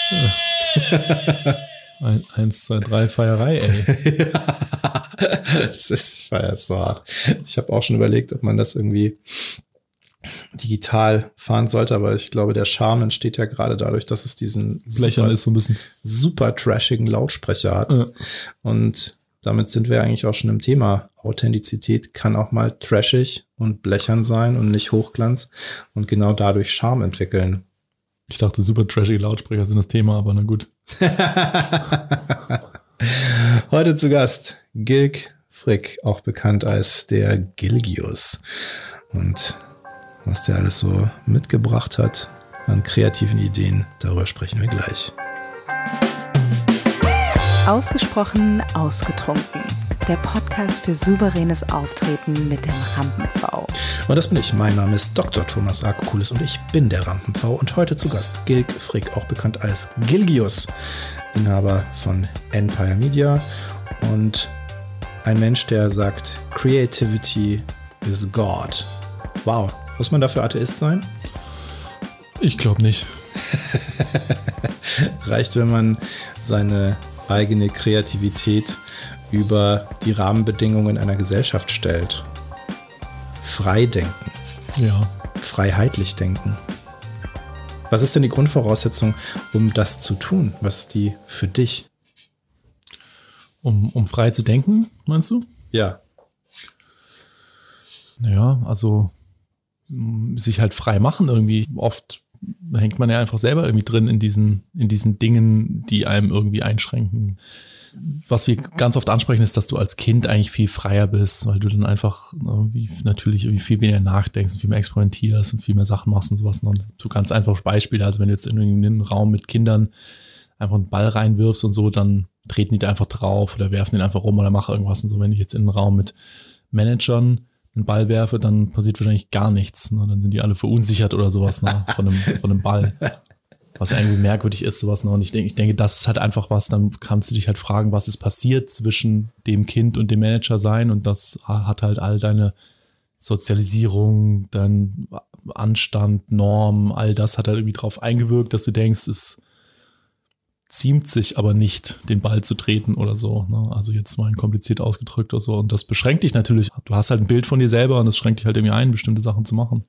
1, 2, 3, Feierei, ey. Ja, ich feiere es so hart. Ich habe auch schon überlegt, ob man das irgendwie digital fahren sollte, aber ich glaube, der Charme entsteht ja gerade dadurch, dass es diesen Blechern ist so ein bisschen super trashigen Lautsprecher hat. Ja. Und damit sind wir eigentlich auch schon im Thema. Authentizität kann auch mal trashig und blechern sein und nicht Hochglanz und genau dadurch Charme entwickeln. Ich dachte, super trashige Lautsprecher sind das Thema, aber na gut. Heute zu Gast Gilg Frick, auch bekannt als der Gilgius. Und was der alles so mitgebracht hat an kreativen Ideen, darüber sprechen wir gleich. Ausgesprochen ausgetrunken. Der Podcast für souveränes Auftreten mit dem Rampen-V. Und das bin ich. Mein Name ist Dr. Thomas Arkokulis und ich bin der Rampen-V. Und heute zu Gast Gilg Frick, auch bekannt als Gilgius, Inhaber von Empire Media und ein Mensch, der sagt, Creativity is God. Wow. Muss man dafür Atheist sein? Ich glaube nicht. Reicht, wenn man seine eigene Kreativität über die Rahmenbedingungen einer Gesellschaft stellt. Frei denken. Ja. Freiheitlich denken. Was ist denn die Grundvoraussetzung, um das zu tun? Was ist die für dich? Um frei zu denken, meinst du? Ja. Naja, also sich halt frei machen irgendwie. Oft hängt man ja einfach selber irgendwie drin in diesen Dingen, die einem irgendwie einschränken. Was wir ganz oft ansprechen, ist, dass du als Kind eigentlich viel freier bist, weil du dann einfach natürlich irgendwie viel weniger nachdenkst, viel mehr experimentierst und viel mehr Sachen machst und sowas. Und so ganz einfache Beispiele, also wenn du jetzt in einen Raum mit Kindern einfach einen Ball reinwirfst und so, dann treten die da einfach drauf oder werfen den einfach rum oder machen irgendwas und so. Wenn ich jetzt in einen Raum mit Managern einen Ball werfe, dann passiert wahrscheinlich gar nichts. Ne? Dann sind die alle verunsichert oder sowas, ne? von einem Ball. Was ja irgendwie merkwürdig ist, sowas noch. Und ich denke, das ist halt einfach was, dann kannst du dich halt fragen, was ist passiert zwischen dem Kind und dem Manager sein. Und das hat halt all deine Sozialisierung, dein Anstand, Norm, all das hat halt irgendwie drauf eingewirkt, dass du denkst, es ziemt sich aber nicht, den Ball zu treten oder so. Ne? Also jetzt mal kompliziert ausgedrückt oder so. Und das beschränkt dich natürlich. Du hast halt ein Bild von dir selber und das schränkt dich halt irgendwie ein, bestimmte Sachen zu machen.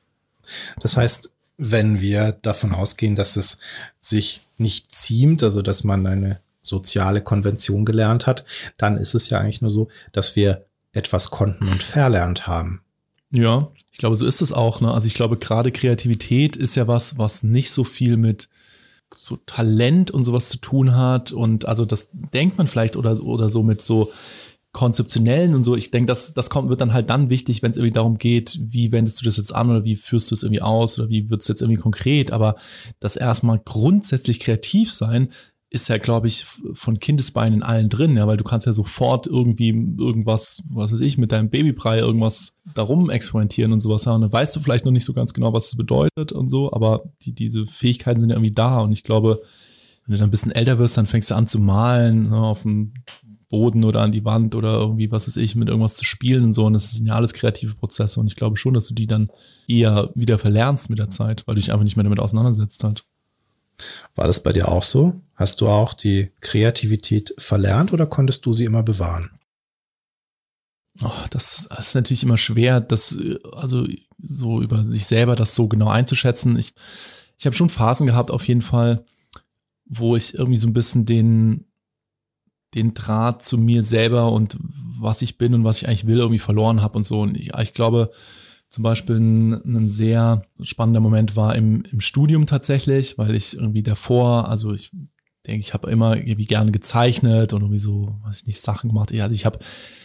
Das heißt, wenn wir davon ausgehen, dass es sich nicht ziemt, also dass man eine soziale Konvention gelernt hat, dann ist es ja eigentlich nur so, dass wir etwas konnten und verlernt haben. Ja, ich glaube, so ist es auch. Ne? Also ich glaube, gerade Kreativität ist ja was nicht so viel mit so Talent und sowas zu tun hat. Und also das denkt man vielleicht oder so mit so konzeptionellen und so. Ich denke, wird dann halt dann wichtig, wenn es irgendwie darum geht, wie wendest du das jetzt an oder wie führst du es irgendwie aus oder wie wird es jetzt irgendwie konkret. Aber das erstmal grundsätzlich kreativ sein, ist ja, glaube ich, von Kindesbeinen in allen drin, ja, weil du kannst ja sofort irgendwie irgendwas, was weiß ich, mit deinem Babybrei irgendwas darum experimentieren und sowas. Ja, und dann weißt du vielleicht noch nicht so ganz genau, was das bedeutet und so, aber diese Fähigkeiten sind ja irgendwie da und ich glaube, wenn du dann ein bisschen älter wirst, dann fängst du an zu malen, ne, auf dem Boden oder an die Wand oder irgendwie, was weiß ich, mit irgendwas zu spielen und so. Und das sind ja alles kreative Prozesse. Und ich glaube schon, dass du die dann eher wieder verlernst mit der Zeit, weil du dich einfach nicht mehr damit auseinandersetzt halt. War das bei dir auch so? Hast du auch die Kreativität verlernt oder konntest du sie immer bewahren? Oh, das ist natürlich immer schwer, also so über sich selber das so genau einzuschätzen. Ich habe schon Phasen gehabt, auf jeden Fall, wo ich irgendwie so ein bisschen den Draht zu mir selber und was ich bin und was ich eigentlich will, irgendwie verloren habe und so. Und ich glaube, zum Beispiel ein sehr spannender Moment war im Studium tatsächlich, weil ich irgendwie davor, also ich denke, ich habe immer irgendwie gerne gezeichnet und irgendwie so, weiß ich nicht, Sachen gemacht. Also ich habe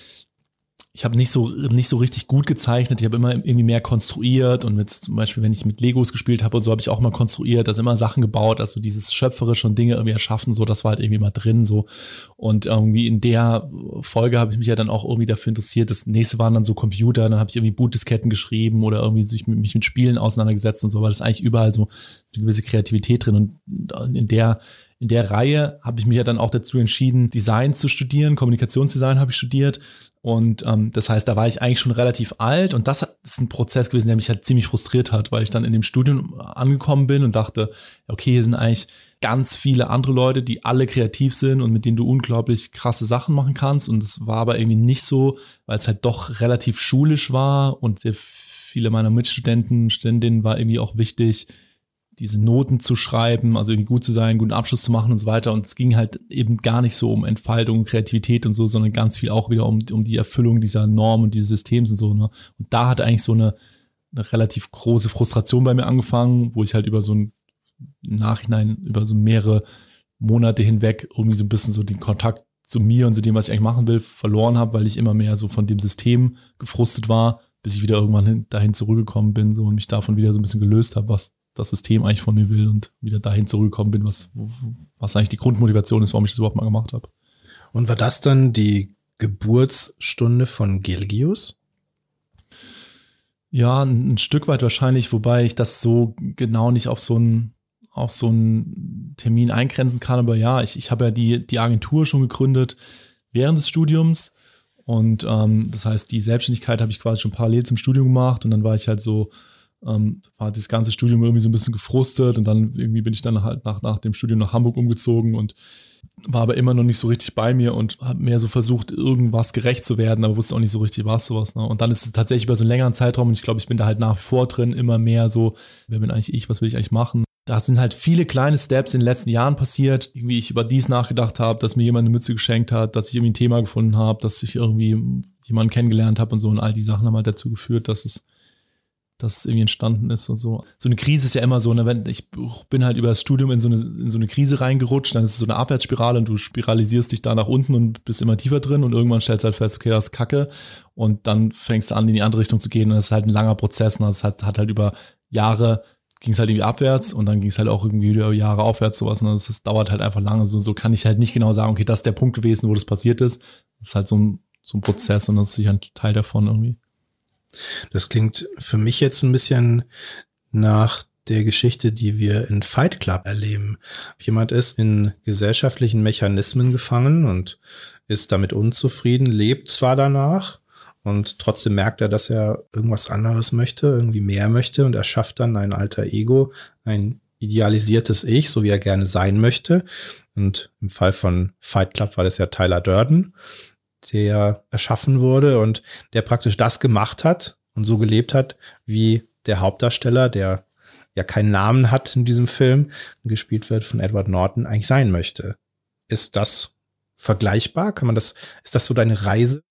nicht so richtig gut gezeichnet. Ich habe immer irgendwie mehr konstruiert und jetzt zum Beispiel, wenn ich mit Legos gespielt habe und so, habe ich auch mal konstruiert, also immer Sachen gebaut, also dieses schöpferische und Dinge irgendwie erschaffen, so, das war halt irgendwie mal drin, so. Und irgendwie in der Folge habe ich mich ja dann auch irgendwie dafür interessiert. Das nächste waren dann so Computer, dann habe ich irgendwie Bootdisketten geschrieben oder irgendwie mich mit Spielen auseinandergesetzt und so, aber das ist eigentlich überall so eine gewisse Kreativität drin und in der in der Reihe habe ich mich ja dann auch dazu entschieden, Design zu studieren, Kommunikationsdesign habe ich studiert. Und das heißt, da war ich eigentlich schon relativ alt und das ist ein Prozess gewesen, der mich halt ziemlich frustriert hat, weil ich dann in dem Studium angekommen bin und dachte, okay, hier sind eigentlich ganz viele andere Leute, die alle kreativ sind und mit denen du unglaublich krasse Sachen machen kannst. Und das war aber irgendwie nicht so, weil es halt doch relativ schulisch war und sehr viele meiner Mitstudentinnen war irgendwie auch wichtig, diese Noten zu schreiben, also irgendwie gut zu sein, guten Abschluss zu machen und so weiter. Und es ging halt eben gar nicht so um Entfaltung, Kreativität und so, sondern ganz viel auch wieder um die Erfüllung dieser Normen und dieses Systems und so. Ne? Und da hat eigentlich so eine relativ große Frustration bei mir angefangen, wo ich halt über so ein Nachhinein, über so mehrere Monate hinweg irgendwie so ein bisschen so den Kontakt zu mir und zu dem, was ich eigentlich machen will, verloren habe, weil ich immer mehr so von dem System gefrustet war, bis ich wieder irgendwann dahin zurückgekommen bin so und mich davon wieder so ein bisschen gelöst habe, was das System eigentlich von mir will und wieder dahin zurückgekommen bin, was eigentlich die Grundmotivation ist, warum ich das überhaupt mal gemacht habe. Und war das dann die Geburtsstunde von Gilgius? Ja, ein Stück weit wahrscheinlich, wobei ich das so genau nicht auf so einen Termin eingrenzen kann. Aber ja, ich habe ja die Agentur schon gegründet während des Studiums. Und das heißt, die Selbstständigkeit habe ich quasi schon parallel zum Studium gemacht. Und dann war ich halt so, war das ganze Studium irgendwie so ein bisschen gefrustet. Und dann irgendwie bin ich dann halt nach dem Studium nach Hamburg umgezogen und war aber immer noch nicht so richtig bei mir und habe mehr so versucht, irgendwas gerecht zu werden, aber wusste auch nicht so richtig, was sowas. Ne? Und dann ist es tatsächlich über so einen längeren Zeitraum und ich glaube, ich bin da halt nach wie vor drin, immer mehr so, wer bin eigentlich ich, was will ich eigentlich machen? Da sind halt viele kleine Steps in den letzten Jahren passiert, wie ich über dies nachgedacht habe, dass mir jemand eine Mütze geschenkt hat, dass ich irgendwie ein Thema gefunden habe, dass ich irgendwie jemanden kennengelernt habe und so und all die Sachen haben halt dazu geführt, dass es irgendwie entstanden ist und so. So eine Krise ist ja immer so, ne, wenn ich bin halt über das Studium in so eine Krise reingerutscht, dann ist es so eine Abwärtsspirale und du spiralisierst dich da nach unten und bist immer tiefer drin und irgendwann stellst du halt fest, okay, das ist Kacke und dann fängst du an, in die andere Richtung zu gehen und das ist halt ein langer Prozess und das hat halt über Jahre ging es halt irgendwie abwärts und dann ging es halt auch irgendwie wieder Jahre aufwärts sowas und das dauert halt einfach lange. So kann ich halt nicht genau sagen, okay, das ist der Punkt gewesen, wo das passiert ist. Das ist halt so ein Prozess und das ist sicher ein Teil davon irgendwie. Das klingt für mich jetzt ein bisschen nach der Geschichte, die wir in Fight Club erleben. Jemand ist in gesellschaftlichen Mechanismen gefangen und ist damit unzufrieden, lebt zwar danach und trotzdem merkt er, dass er irgendwas anderes möchte, irgendwie mehr möchte und er schafft dann ein alter Ego, ein idealisiertes Ich, so wie er gerne sein möchte. Und im Fall von Fight Club war das ja Tyler Durden, der erschaffen wurde und der praktisch das gemacht hat und so gelebt hat, wie der Hauptdarsteller, der ja keinen Namen hat in diesem Film, gespielt wird von Edward Norton, eigentlich sein möchte. Ist das vergleichbar? Ist das so deine Reise?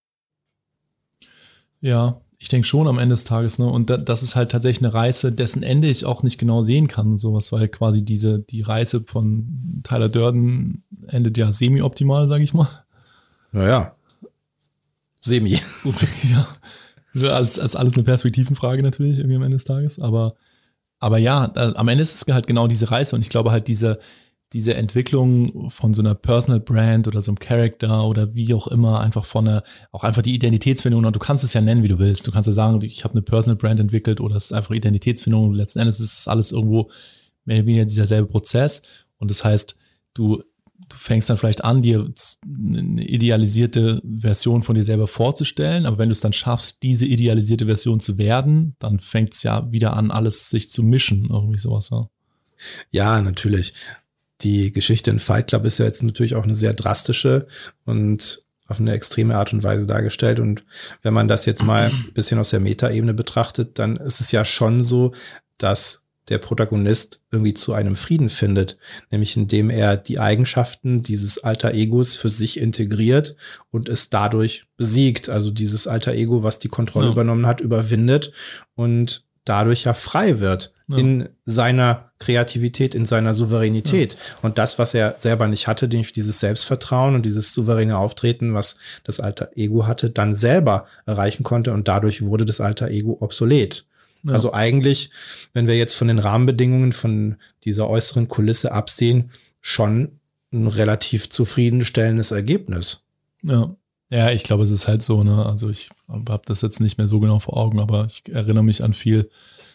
Ja, ich denke schon am Ende des Tages, ne? Und das ist halt tatsächlich eine Reise, dessen Ende ich auch nicht genau sehen kann und sowas, weil quasi die Reise von Tyler Durden endet ja semi-optimal, sage ich mal. Naja. Semi. Ja, als alles eine Perspektivenfrage natürlich irgendwie am Ende des Tages. Aber ja, am Ende ist es halt genau diese Reise und ich glaube halt diese Entwicklung von so einer Personal Brand oder so einem Charakter oder wie auch immer, einfach auch einfach die Identitätsfindung und du kannst es ja nennen, wie du willst. Du kannst ja sagen, ich habe eine Personal Brand entwickelt oder es ist einfach Identitätsfindung. Letzten Endes ist es alles irgendwo mehr oder weniger dieser selbe Prozess und das heißt, du fängst dann vielleicht an, dir eine idealisierte Version von dir selber vorzustellen, aber wenn du es dann schaffst, diese idealisierte Version zu werden, dann fängt es ja wieder an, alles sich zu mischen, irgendwie sowas. Ja, ja, natürlich. Die Geschichte in Fight Club ist ja jetzt natürlich auch eine sehr drastische und auf eine extreme Art und Weise dargestellt. Und wenn man das jetzt mal ein bisschen aus der Metaebene betrachtet, dann ist es ja schon so, dass der Protagonist irgendwie zu einem Frieden findet, nämlich indem er die Eigenschaften dieses Alter Egos für sich integriert und es dadurch besiegt. Also dieses Alter Ego, was die Kontrolle übernommen hat, überwindet und dadurch ja frei wird in seiner Kreativität, in seiner Souveränität. Ja. Und das, was er selber nicht hatte, nämlich dieses Selbstvertrauen und dieses souveräne Auftreten, was das Alter Ego hatte, dann selber erreichen konnte und dadurch wurde das Alter Ego obsolet. Ja. Also eigentlich, wenn wir jetzt von den Rahmenbedingungen von dieser äußeren Kulisse absehen, schon ein relativ zufriedenstellendes Ergebnis. Ja. Ja, ich glaube, es ist halt so, ne? Also ich habe das jetzt nicht mehr so genau vor Augen, aber ich erinnere mich an viel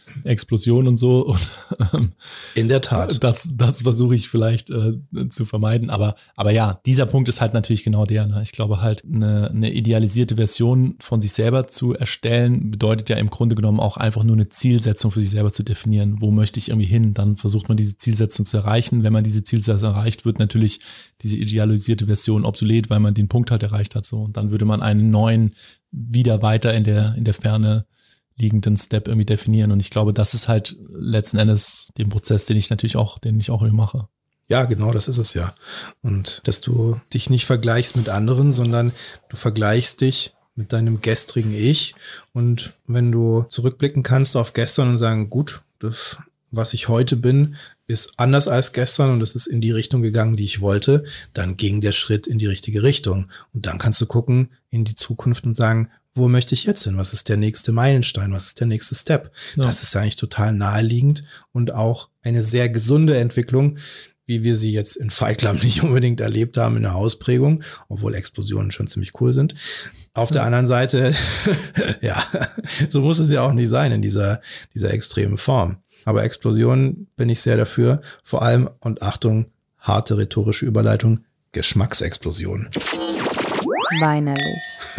Explosion und so. Und, in der Tat. Das versuche ich vielleicht zu vermeiden. Aber ja, dieser Punkt ist halt natürlich genau der. Ne? Ich glaube halt, eine idealisierte Version von sich selber zu erstellen, bedeutet ja im Grunde genommen auch einfach nur eine Zielsetzung für sich selber zu definieren. Wo möchte ich irgendwie hin? Dann versucht man diese Zielsetzung zu erreichen. Wenn man diese Zielsetzung erreicht, wird natürlich diese idealisierte Version obsolet, weil man den Punkt halt erreicht hat. So. Und dann würde man einen neuen, wieder weiter in der Ferne liegenden Step irgendwie definieren. Und ich glaube, das ist halt letzten Endes den Prozess, den ich auch irgendwie mache. Ja, genau, das ist es ja. Und dass du dich nicht vergleichst mit anderen, sondern du vergleichst dich mit deinem gestrigen Ich. Und wenn du zurückblicken kannst auf gestern und sagen, gut, das, was ich heute bin, ist anders als gestern und es ist in die Richtung gegangen, die ich wollte, dann ging der Schritt in die richtige Richtung. Und dann kannst du gucken in die Zukunft und sagen, wo möchte ich jetzt hin? Was ist der nächste Meilenstein? Was ist der nächste Step? Ja. Das ist ja eigentlich total naheliegend und auch eine sehr gesunde Entwicklung, wie wir sie jetzt in Fight Club nicht unbedingt erlebt haben in der Ausprägung, obwohl Explosionen schon ziemlich cool sind. Auf der anderen Seite, ja, so muss es ja auch nicht sein in dieser extremen Form. Aber Explosionen bin ich sehr dafür. Vor allem, und Achtung, harte rhetorische Überleitung, Geschmacksexplosion. Weinerlich.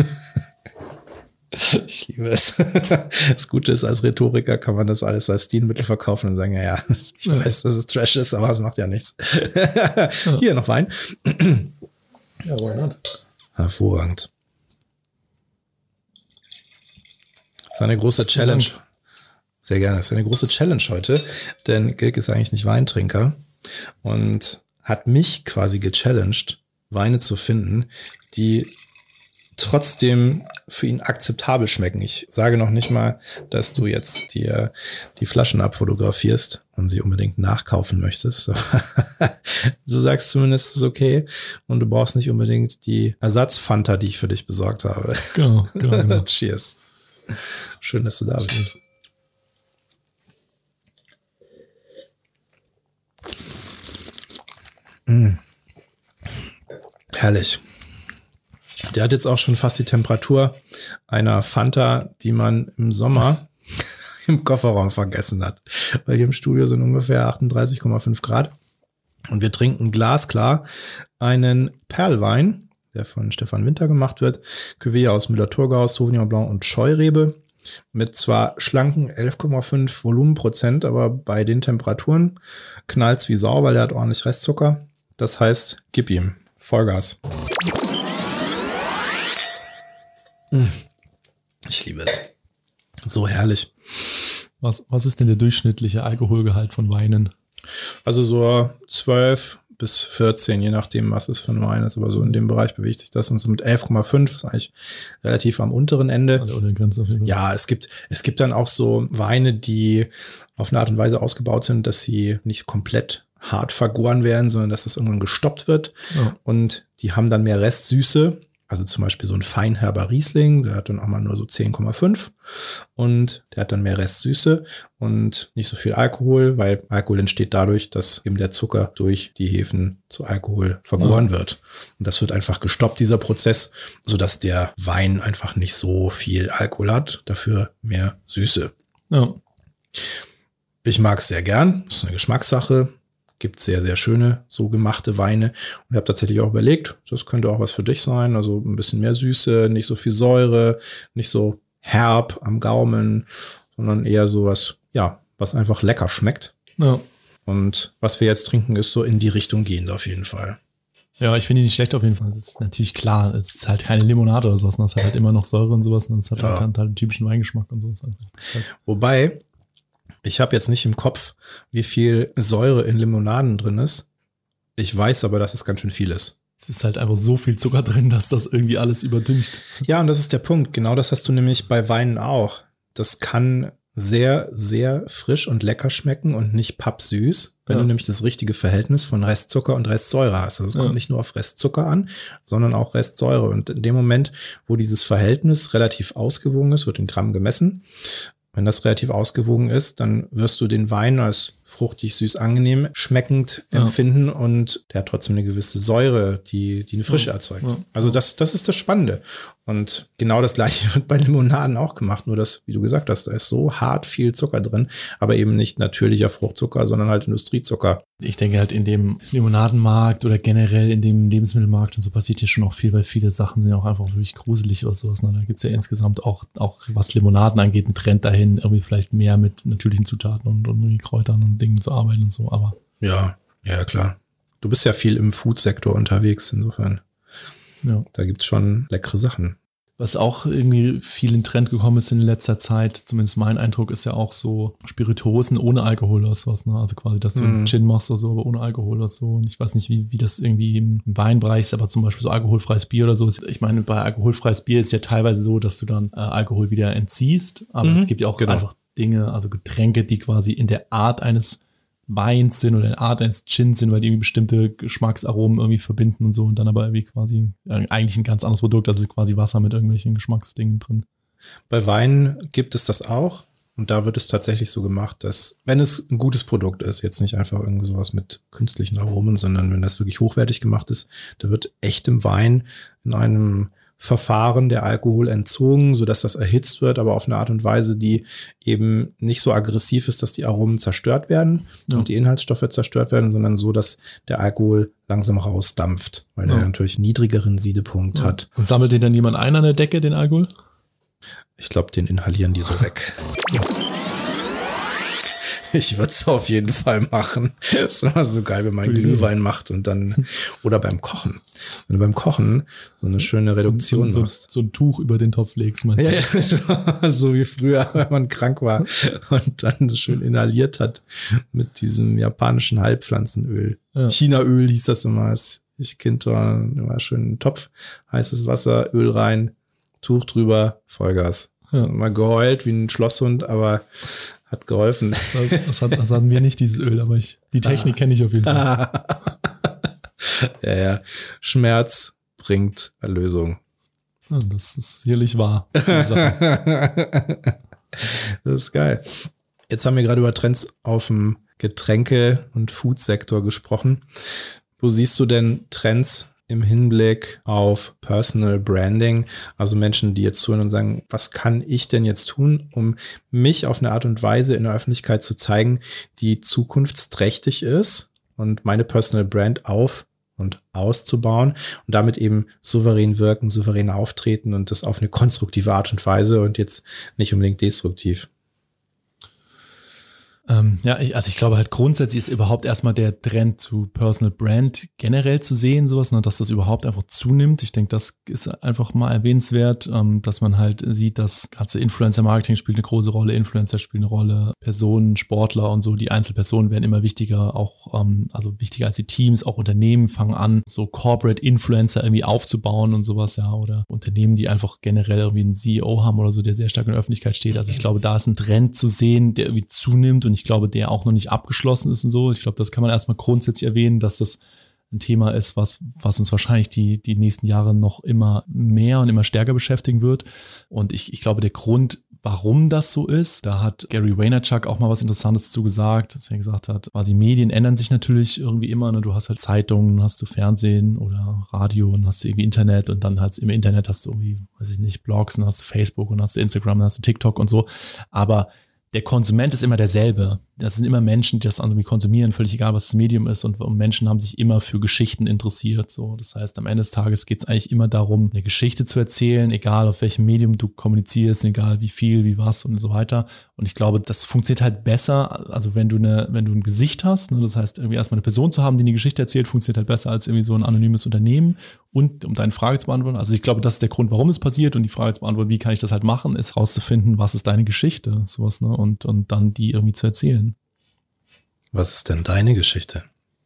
Ich liebe es. Das Gute ist, als Rhetoriker kann man das alles als Stilmittel verkaufen und sagen, ja, ich weiß, dass es Trash ist, aber es macht ja nichts. Hier noch Wein. Ja, why not? Hervorragend. Das ist eine große Challenge. Sehr gerne. Das ist eine große Challenge heute, denn Gilg ist eigentlich nicht Weintrinker und hat mich quasi gechallenged, Weine zu finden, die trotzdem für ihn akzeptabel schmecken. Ich sage noch nicht mal, dass du jetzt dir die Flaschen abfotografierst und sie unbedingt nachkaufen möchtest. Du sagst zumindest, es ist okay und du brauchst nicht unbedingt die Ersatzfanta, die ich für dich besorgt habe. Genau. Cheers. Schön, dass du da bist. Herrlich. Der hat jetzt auch schon fast die Temperatur einer Fanta, die man im Sommer im Kofferraum vergessen hat. Weil hier im Studio sind ungefähr 38,5 Grad. Und wir trinken glasklar einen Perlwein, der von Stefan Winter gemacht wird. Cuvée aus Müller-Thurgau, Sauvignon Blanc und Scheurebe. Mit zwar schlanken 11,5 Volumenprozent, aber bei den Temperaturen knallt's wie Sau, weil der hat ordentlich Restzucker. Das heißt, gib ihm Vollgas. Ich liebe es. So herrlich. Was ist denn der durchschnittliche Alkoholgehalt von Weinen? Also so 12 bis 14, je nachdem, was es für ein Wein ist. Aber so in dem Bereich bewegt sich das. Und so mit 11,5 ist eigentlich relativ am unteren Ende. An der unteren Grenze auf jeden Fall. Ja, es gibt dann auch so Weine, die auf eine Art und Weise ausgebaut sind, dass sie nicht komplett hart vergoren werden, sondern dass das irgendwann gestoppt wird. Ja. Und die haben dann mehr Restsüße. Also zum Beispiel so ein feinherber Riesling, der hat dann auch mal nur so 10,5 und der hat dann mehr Restsüße und nicht so viel Alkohol, weil Alkohol entsteht dadurch, dass eben der Zucker durch die Hefen zu Alkohol vergoren wird. Und das wird einfach gestoppt, dieser Prozess, sodass der Wein einfach nicht so viel Alkohol hat, dafür mehr Süße. Ja. Ich mag es sehr gern, das ist eine Geschmackssache. Gibt sehr, sehr schöne, so gemachte Weine. Und ich habe tatsächlich auch überlegt, das könnte auch was für dich sein. Also ein bisschen mehr Süße, nicht so viel Säure, nicht so herb am Gaumen, sondern eher sowas, ja, was einfach lecker schmeckt. Ja. Und was wir jetzt trinken, ist so in die Richtung gehend auf jeden Fall. Ja, ich finde die nicht schlecht auf jeden Fall. Das ist natürlich klar. Es ist halt keine Limonade oder sowas. Das hat halt immer noch Säure und sowas. Und es hat halt einen typischen Weingeschmack und sowas. Wobei, ich habe jetzt nicht im Kopf, wie viel Säure in Limonaden drin ist. Ich weiß aber, dass es ganz schön viel ist. Es ist halt einfach so viel Zucker drin, dass das irgendwie alles überdüngt. Ja, und das ist der Punkt. Genau das hast du nämlich bei Weinen auch. Das kann sehr, sehr frisch und lecker schmecken und nicht pappsüß, wenn du nämlich das richtige Verhältnis von Restzucker und Restsäure hast. Also es kommt nicht nur auf Restzucker an, sondern auch Restsäure. Und in dem Moment, wo dieses Verhältnis relativ ausgewogen ist, wird in Gramm gemessen. Wenn das relativ ausgewogen ist, dann wirst du den Wein als fruchtig, süß, angenehm, schmeckend empfinden und der hat trotzdem eine gewisse Säure, die eine Frische erzeugt. Ja. Also das ist das Spannende. Und genau das Gleiche wird bei Limonaden auch gemacht, nur dass, wie du gesagt hast, da ist so hart viel Zucker drin, aber eben nicht natürlicher Fruchtzucker, sondern halt Industriezucker. Ich denke halt in dem Limonadenmarkt oder generell in dem Lebensmittelmarkt und so passiert hier schon auch viel, weil viele Sachen sind auch einfach wirklich gruselig oder sowas. Ne? Da gibt es ja insgesamt auch was Limonaden angeht, einen Trend dahin, irgendwie vielleicht mehr mit natürlichen Zutaten und irgendwie Kräutern und Dingen zu arbeiten und so, aber. Ja, klar. Du bist ja viel im Food-Sektor unterwegs, insofern. Ja. Da gibt's schon leckere Sachen. Was auch irgendwie viel in Trend gekommen ist in letzter Zeit, zumindest mein Eindruck, ist ja auch so Spirituosen ohne Alkohol oder sowas, ne? Also quasi, dass du einen Gin machst oder so, aber ohne Alkohol oder so. Und ich weiß nicht, wie das irgendwie im Weinbereich ist, aber zum Beispiel so alkoholfreies Bier oder so. Ich meine, bei alkoholfreies Bier ist ja teilweise so, dass du dann Alkohol wieder entziehst, aber es gibt ja auch einfach Dinge, also Getränke, die quasi in der Art eines Weins sind oder in der Art eines Gins sind, weil die irgendwie bestimmte Geschmacksaromen irgendwie verbinden und so und dann aber irgendwie quasi eigentlich ein ganz anderes Produkt, also quasi Wasser mit irgendwelchen Geschmacksdingen drin. Bei Wein gibt es das auch und da wird es tatsächlich so gemacht, dass, wenn es ein gutes Produkt ist, jetzt nicht einfach irgendwie sowas mit künstlichen Aromen, sondern wenn das wirklich hochwertig gemacht ist, da wird echtem Wein in einem Verfahren der Alkohol entzogen, sodass das erhitzt wird, aber auf eine Art und Weise, die eben nicht so aggressiv ist, dass die Aromen zerstört werden und die Inhaltsstoffe zerstört werden, sondern so, dass der Alkohol langsam rausdampft, weil er natürlich niedrigeren Siedepunkt hat. Und sammelt den dann jemand ein an der Decke, den Alkohol? Ich glaube, den inhalieren die so weg. Ich würde es auf jeden Fall machen. Das ist immer so geil, wenn man Glühwein macht und dann, oder beim Kochen. Wenn du beim Kochen so eine schöne Reduktion machst. So ein Tuch über den Topf legst, meinst du? Ja, so wie früher, wenn man krank war und dann so schön inhaliert hat mit diesem japanischen Heilpflanzenöl. Ja. Chinaöl hieß das immer, als ich Kind war, immer schön einen Topf, heißes Wasser, Öl rein, Tuch drüber, Vollgas. Ja. Mal geheult wie ein Schlosshund, aber hat geholfen. Das hatten wir nicht, dieses Öl, aber die Technik kenne ich auf jeden Fall. Ja. Schmerz bringt Erlösung. Ja, das ist sicherlich wahr. Das ist geil. Jetzt haben wir gerade über Trends auf dem Getränke- und Food-Sektor gesprochen. Wo siehst du denn Trends im Hinblick auf Personal Branding, also Menschen, die jetzt zuhören und sagen, was kann ich denn jetzt tun, um mich auf eine Art und Weise in der Öffentlichkeit zu zeigen, die zukunftsträchtig ist und meine Personal Brand auf- und auszubauen und damit eben souverän wirken, souverän auftreten und das auf eine konstruktive Art und Weise und jetzt nicht unbedingt destruktiv. Ich glaube halt grundsätzlich ist überhaupt erstmal der Trend zu Personal Brand generell zu sehen, sowas, ne, dass das überhaupt einfach zunimmt. Ich denke, das ist einfach mal erwähnenswert, dass man halt sieht, dass ganze Influencer-Marketing spielt eine große Rolle, Influencer spielen eine Rolle, Personen, Sportler und so, die Einzelpersonen werden immer wichtiger, auch also wichtiger als die Teams, auch Unternehmen fangen an, so Corporate Influencer irgendwie aufzubauen und sowas, ja, oder Unternehmen, die einfach generell irgendwie einen CEO haben oder so, der sehr stark in der Öffentlichkeit steht. Also ich glaube, da ist ein Trend zu sehen, der irgendwie zunimmt und ich glaube, der auch noch nicht abgeschlossen ist und so. Ich glaube, das kann man erstmal grundsätzlich erwähnen, dass das ein Thema ist, was uns wahrscheinlich die nächsten Jahre noch immer mehr und immer stärker beschäftigen wird. Und ich glaube, der Grund, warum das so ist, da hat Gary Vaynerchuk auch mal was Interessantes zu gesagt, dass er gesagt hat, die Medien ändern sich natürlich irgendwie immer. Ne? Du hast halt Zeitungen, hast du Fernsehen oder Radio und hast du irgendwie Internet und dann halt im Internet hast du irgendwie, weiß ich nicht, Blogs und hast du Facebook und hast du Instagram und hast du TikTok und so. Aber der Konsument ist immer derselbe. Das sind immer Menschen, die das irgendwie konsumieren, völlig egal, was das Medium ist. Und Menschen haben sich immer für Geschichten interessiert. So, das heißt, am Ende des Tages geht es eigentlich immer darum, eine Geschichte zu erzählen, egal auf welchem Medium du kommunizierst, egal wie viel, wie was und so weiter. Und ich glaube, das funktioniert halt besser, also wenn du ein Gesicht hast, ne, das heißt, irgendwie erstmal eine Person zu haben, die eine Geschichte erzählt, funktioniert halt besser als irgendwie so ein anonymes Unternehmen. Und um deine Frage zu beantworten, also ich glaube, das ist der Grund, warum es passiert. Und die Frage zu beantworten, wie kann ich das halt machen, ist rauszufinden, was ist deine Geschichte, sowas, ne, und dann die irgendwie zu erzählen. Was ist denn deine Geschichte?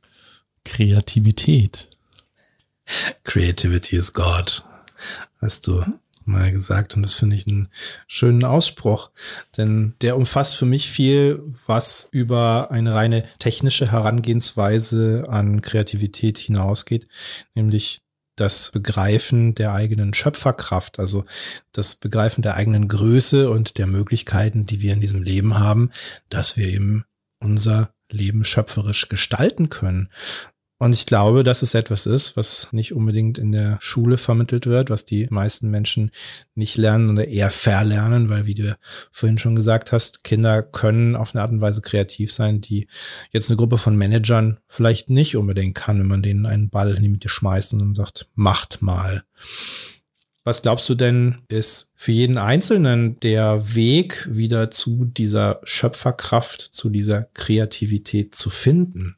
Kreativität. Creativity is God, hast du mal gesagt. Und das finde ich einen schönen Ausspruch, denn der umfasst für mich viel, was über eine reine technische Herangehensweise an Kreativität hinausgeht, nämlich das Begreifen der eigenen Schöpferkraft, also das Begreifen der eigenen Größe und der Möglichkeiten, die wir in diesem Leben haben, dass wir eben unser Leben schöpferisch gestalten können. Und ich glaube, dass es etwas ist, was nicht unbedingt in der Schule vermittelt wird, was die meisten Menschen nicht lernen oder eher verlernen, weil, wie du vorhin schon gesagt hast, Kinder können auf eine Art und Weise kreativ sein, die jetzt eine Gruppe von Managern vielleicht nicht unbedingt kann, wenn man denen einen Ball in die Mitte schmeißt und dann sagt, macht mal. Was glaubst du denn, ist für jeden Einzelnen der Weg wieder zu dieser Schöpferkraft, zu dieser Kreativität zu finden?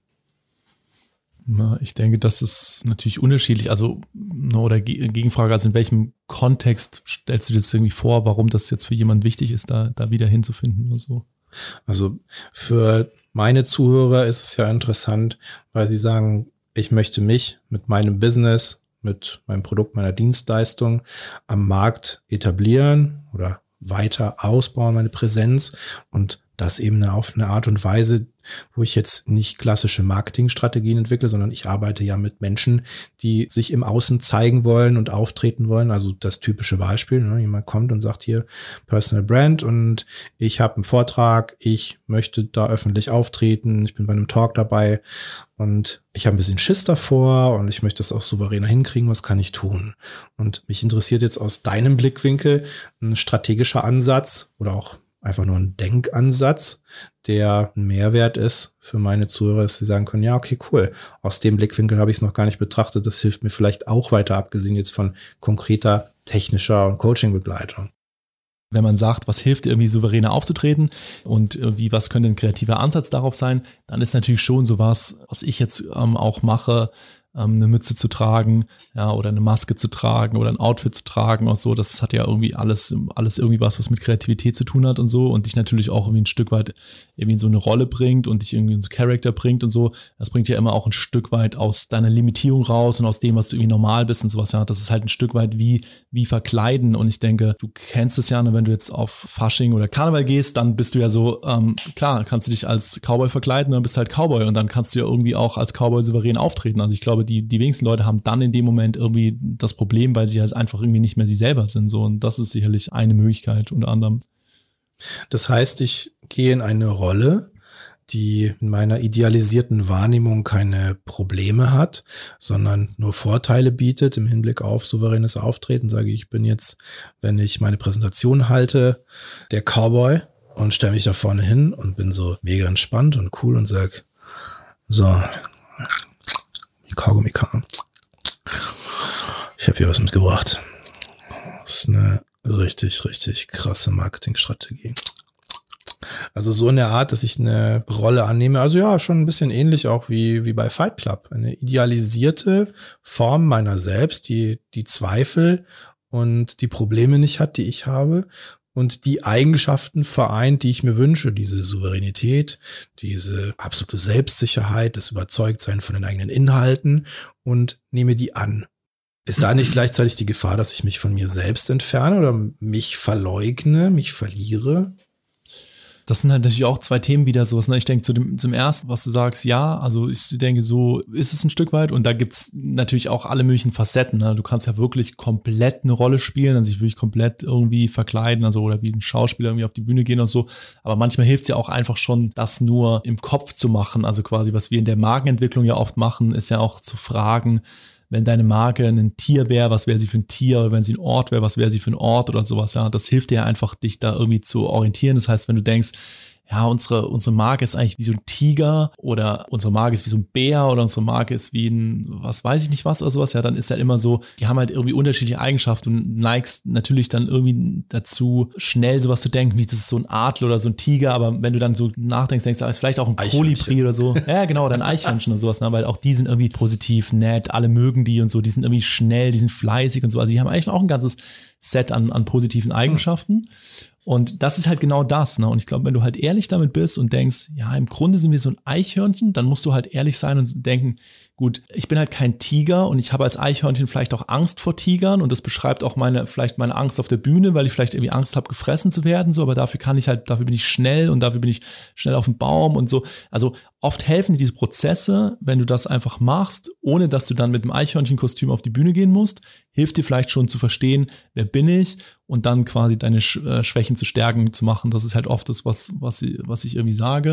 Ich denke, das ist natürlich unterschiedlich. Also, oder Gegenfrage, also in welchem Kontext stellst du dir das irgendwie vor, warum das jetzt für jemanden wichtig ist, da wieder hinzufinden oder so? Also für meine Zuhörer ist es ja interessant, weil sie sagen, ich möchte mich mit meinem Business, mit meinem Produkt, meiner Dienstleistung am Markt etablieren oder weiter ausbauen, meine Präsenz, und das eben auf eine Art und Weise, wo ich jetzt nicht klassische Marketingstrategien entwickle, sondern ich arbeite ja mit Menschen, die sich im Außen zeigen wollen und auftreten wollen. Also das typische Beispiel, ne? Jemand kommt und sagt hier Personal Brand und ich habe einen Vortrag, ich möchte da öffentlich auftreten, ich bin bei einem Talk dabei und ich habe ein bisschen Schiss davor und ich möchte das auch souveräner hinkriegen, was kann ich tun? Und mich interessiert jetzt aus deinem Blickwinkel ein strategischer Ansatz oder auch einfach nur ein Denkansatz, der ein Mehrwert ist für meine Zuhörer, dass sie sagen können, ja, okay, cool. Aus dem Blickwinkel habe ich es noch gar nicht betrachtet. Das hilft mir vielleicht auch weiter, abgesehen jetzt von konkreter technischer und Coaching-Begleitung. Wenn man sagt, was hilft irgendwie souveräner aufzutreten und irgendwie, was könnte ein kreativer Ansatz darauf sein, dann ist natürlich schon sowas, was ich jetzt auch mache, eine Mütze zu tragen, ja, oder eine Maske zu tragen oder ein Outfit zu tragen und so. Das hat ja irgendwie alles irgendwie was mit Kreativität zu tun hat und so und dich natürlich auch irgendwie ein Stück weit irgendwie in so eine Rolle bringt und dich irgendwie in so Charakter bringt und so. Das bringt ja immer auch ein Stück weit aus deiner Limitierung raus und aus dem, was du irgendwie normal bist und sowas. Ja, das ist halt ein Stück weit wie verkleiden und ich denke, du kennst es ja, wenn du jetzt auf Fasching oder Karneval gehst, dann bist du ja so, klar, kannst du dich als Cowboy verkleiden, dann bist du halt Cowboy und dann kannst du ja irgendwie auch als Cowboy souverän auftreten. Also ich glaube, die wenigsten Leute haben dann in dem Moment irgendwie das Problem, weil sie halt einfach irgendwie nicht mehr sie selber sind. So. Und das ist sicherlich eine Möglichkeit unter anderem. Das heißt, ich gehe in eine Rolle, die in meiner idealisierten Wahrnehmung keine Probleme hat, sondern nur Vorteile bietet im Hinblick auf souveränes Auftreten. Sage ich bin jetzt, wenn ich meine Präsentation halte, der Cowboy und stelle mich da vorne hin und bin so mega entspannt und cool und sage, so, Kaugummi kam. Ich habe hier was mitgebracht. Das ist eine richtig, richtig krasse Marketingstrategie. Also so in der Art, dass ich eine Rolle annehme. Also ja, schon ein bisschen ähnlich auch wie bei Fight Club. Eine idealisierte Form meiner selbst, die Zweifel und die Probleme nicht hat, die ich habe. Und die Eigenschaften vereint, die ich mir wünsche, diese Souveränität, diese absolute Selbstsicherheit, das Überzeugtsein von den eigenen Inhalten und nehme die an. Ist da nicht gleichzeitig die Gefahr, dass ich mich von mir selbst entferne oder mich verleugne, mich verliere? Das sind halt natürlich auch zwei Themen wieder sowas. Ne? Ich denke zum ersten, was du sagst, ja, also ich denke, so ist es ein Stück weit und da gibt's natürlich auch alle möglichen Facetten. Ne? Du kannst ja wirklich komplett eine Rolle spielen, also sich wirklich komplett irgendwie verkleiden, also oder wie ein Schauspieler irgendwie auf die Bühne gehen und so. Aber manchmal hilft es ja auch einfach schon, das nur im Kopf zu machen. Also quasi, was wir in der Markenentwicklung ja oft machen, ist ja auch zu fragen, wenn deine Marke ein Tier wäre, was wäre sie für ein Tier? Oder wenn sie ein Ort wäre, was wäre sie für ein Ort oder sowas? Ja, das hilft dir einfach, dich da irgendwie zu orientieren. Das heißt, wenn du denkst, ja, unsere Marke ist eigentlich wie so ein Tiger oder unsere Marke ist wie so ein Bär oder unsere Marke ist wie ein, was weiß ich nicht was oder sowas, ja, dann ist halt immer so, die haben halt irgendwie unterschiedliche Eigenschaften und neigst natürlich dann irgendwie dazu, schnell sowas zu denken, wie das ist so ein Adler oder so ein Tiger, aber wenn du dann so nachdenkst, denkst du, ist vielleicht auch ein Kolibri oder so. Ja, genau, oder ein Eichhörnchen oder sowas, ne, weil auch die sind irgendwie positiv, nett, alle mögen die und so, die sind irgendwie schnell, die sind fleißig und so, also die haben eigentlich auch ein ganzes Set an positiven Eigenschaften. Und das ist halt genau das, ne? Und ich glaube, wenn du halt ehrlich damit bist und denkst, ja, im Grunde sind wir so ein Eichhörnchen, dann musst du halt ehrlich sein und denken, gut, ich bin halt kein Tiger und ich habe als Eichhörnchen vielleicht auch Angst vor Tigern und das beschreibt auch vielleicht meine Angst auf der Bühne, weil ich vielleicht irgendwie Angst habe, gefressen zu werden, so, aber dafür bin ich schnell und dafür bin ich schnell auf dem Baum und so. Also oft helfen dir diese Prozesse, wenn du das einfach machst, ohne dass du dann mit einem Eichhörnchenkostüm auf die Bühne gehen musst, hilft dir vielleicht schon zu verstehen, wer bin ich und dann quasi deine Schwächen zu stärken zu machen. Das ist halt oft das, was ich irgendwie sage.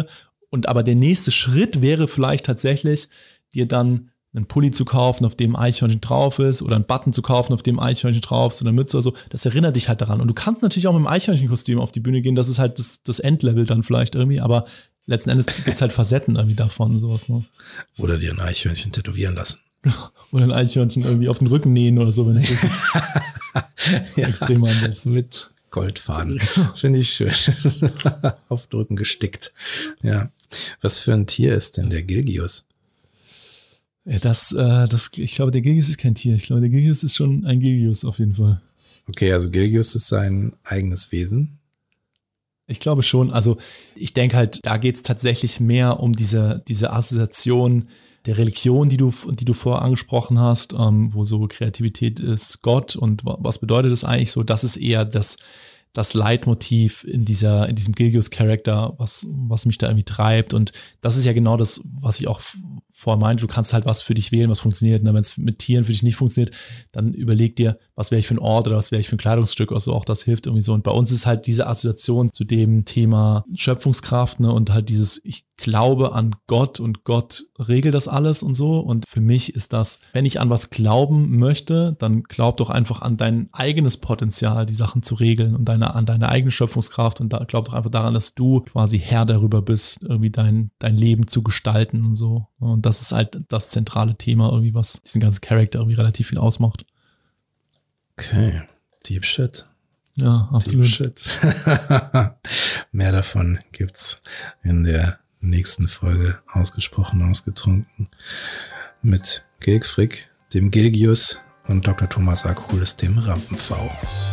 aber der nächste Schritt wäre vielleicht tatsächlich, dir dann einen Pulli zu kaufen, auf dem ein Eichhörnchen drauf ist, oder einen Button zu kaufen, auf dem ein Eichhörnchen drauf ist, oder eine Mütze oder so. Das erinnert dich halt daran. Und du kannst natürlich auch mit dem Eichhörnchenkostüm auf die Bühne gehen. Das ist halt das Endlevel dann vielleicht irgendwie, aber letzten Endes gibt's halt Facetten irgendwie davon, sowas, ne? Oder dir ein Eichhörnchen tätowieren lassen. Oder ein Eichhörnchen irgendwie auf den Rücken nähen oder so, wenn es extrem anders. Mit Goldfaden. Finde ich schön. Auf den Rücken gestickt. Ja. Was für ein Tier ist denn der Gilgius? Ja, ich glaube, der Gilgius ist kein Tier. Ich glaube, der Gilgius ist schon ein Gilgius auf jeden Fall. Okay, also Gilgius ist sein eigenes Wesen. Ich glaube schon. Also ich denke halt, da geht es tatsächlich mehr um diese Assoziation der Religion, die du vorher angesprochen hast, wo so Kreativität ist Gott und was bedeutet das eigentlich so? Das ist eher das Leitmotiv in diesem Gilgius-Charakter, was mich da irgendwie treibt. Und das ist ja genau das, was ich auch vorher meinte. Du kannst halt was für dich wählen, was funktioniert. Und wenn es mit Tieren für dich nicht funktioniert, dann überleg dir, was wäre ich für ein Ort oder was wäre ich für ein Kleidungsstück. Also auch das hilft irgendwie so. Und bei uns ist halt diese Assoziation zu dem Thema Schöpfungskraft, ne, und halt dieses, ich glaube an Gott und Gott regelt das alles und so. Und für mich ist das, wenn ich an was glauben möchte, dann glaub doch einfach an dein eigenes Potenzial, die Sachen zu regeln und an deine eigene Schöpfungskraft, und glaub doch einfach daran, dass du quasi Herr darüber bist, irgendwie dein Leben zu gestalten und so. Und das ist halt das zentrale Thema irgendwie, was diesen ganzen Charakter irgendwie relativ viel ausmacht. Okay, Deep Shit. Ja, absolut. Deep Shit. Mehr davon gibt's in der nächsten Folge Ausgesprochen Ausgetrunken mit Gilg Frick, dem Gilgius, und Dr. Thomas Akukulis, dem Rampenpfau.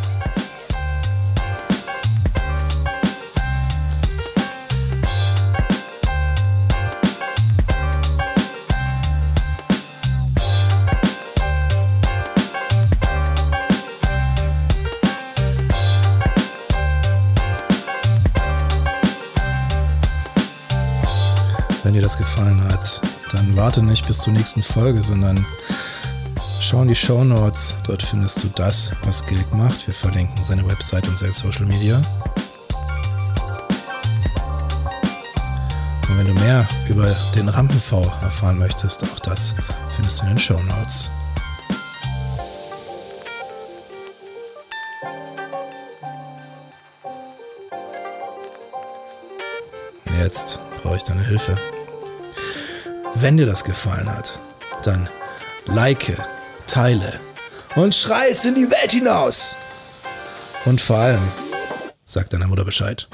Wenn dir das gefallen hat, dann warte nicht bis zur nächsten Folge, sondern schau in die Shownotes. Dort findest du das, was Gilg macht. Wir verlinken seine Website und seine Social Media. Und wenn du mehr über den Rampenpfau erfahren möchtest, auch das findest du in den Shownotes. Jetzt brauche ich deine Hilfe. Wenn dir das gefallen hat, dann like, teile und schrei es in die Welt hinaus. Und vor allem, sag deiner Mutter Bescheid.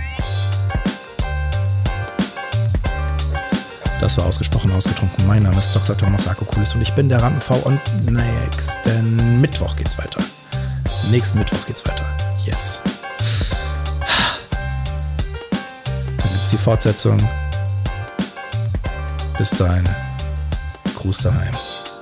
Das war Ausgesprochen Ausgetrunken. Mein Name ist Dr. Thomas Akukulis und ich bin der Rampenpfau, und nächsten Mittwoch geht's weiter. Nächsten Mittwoch geht's weiter. Yes. Dann gibt's die Fortsetzung. Bis dahin, Gruß daheim.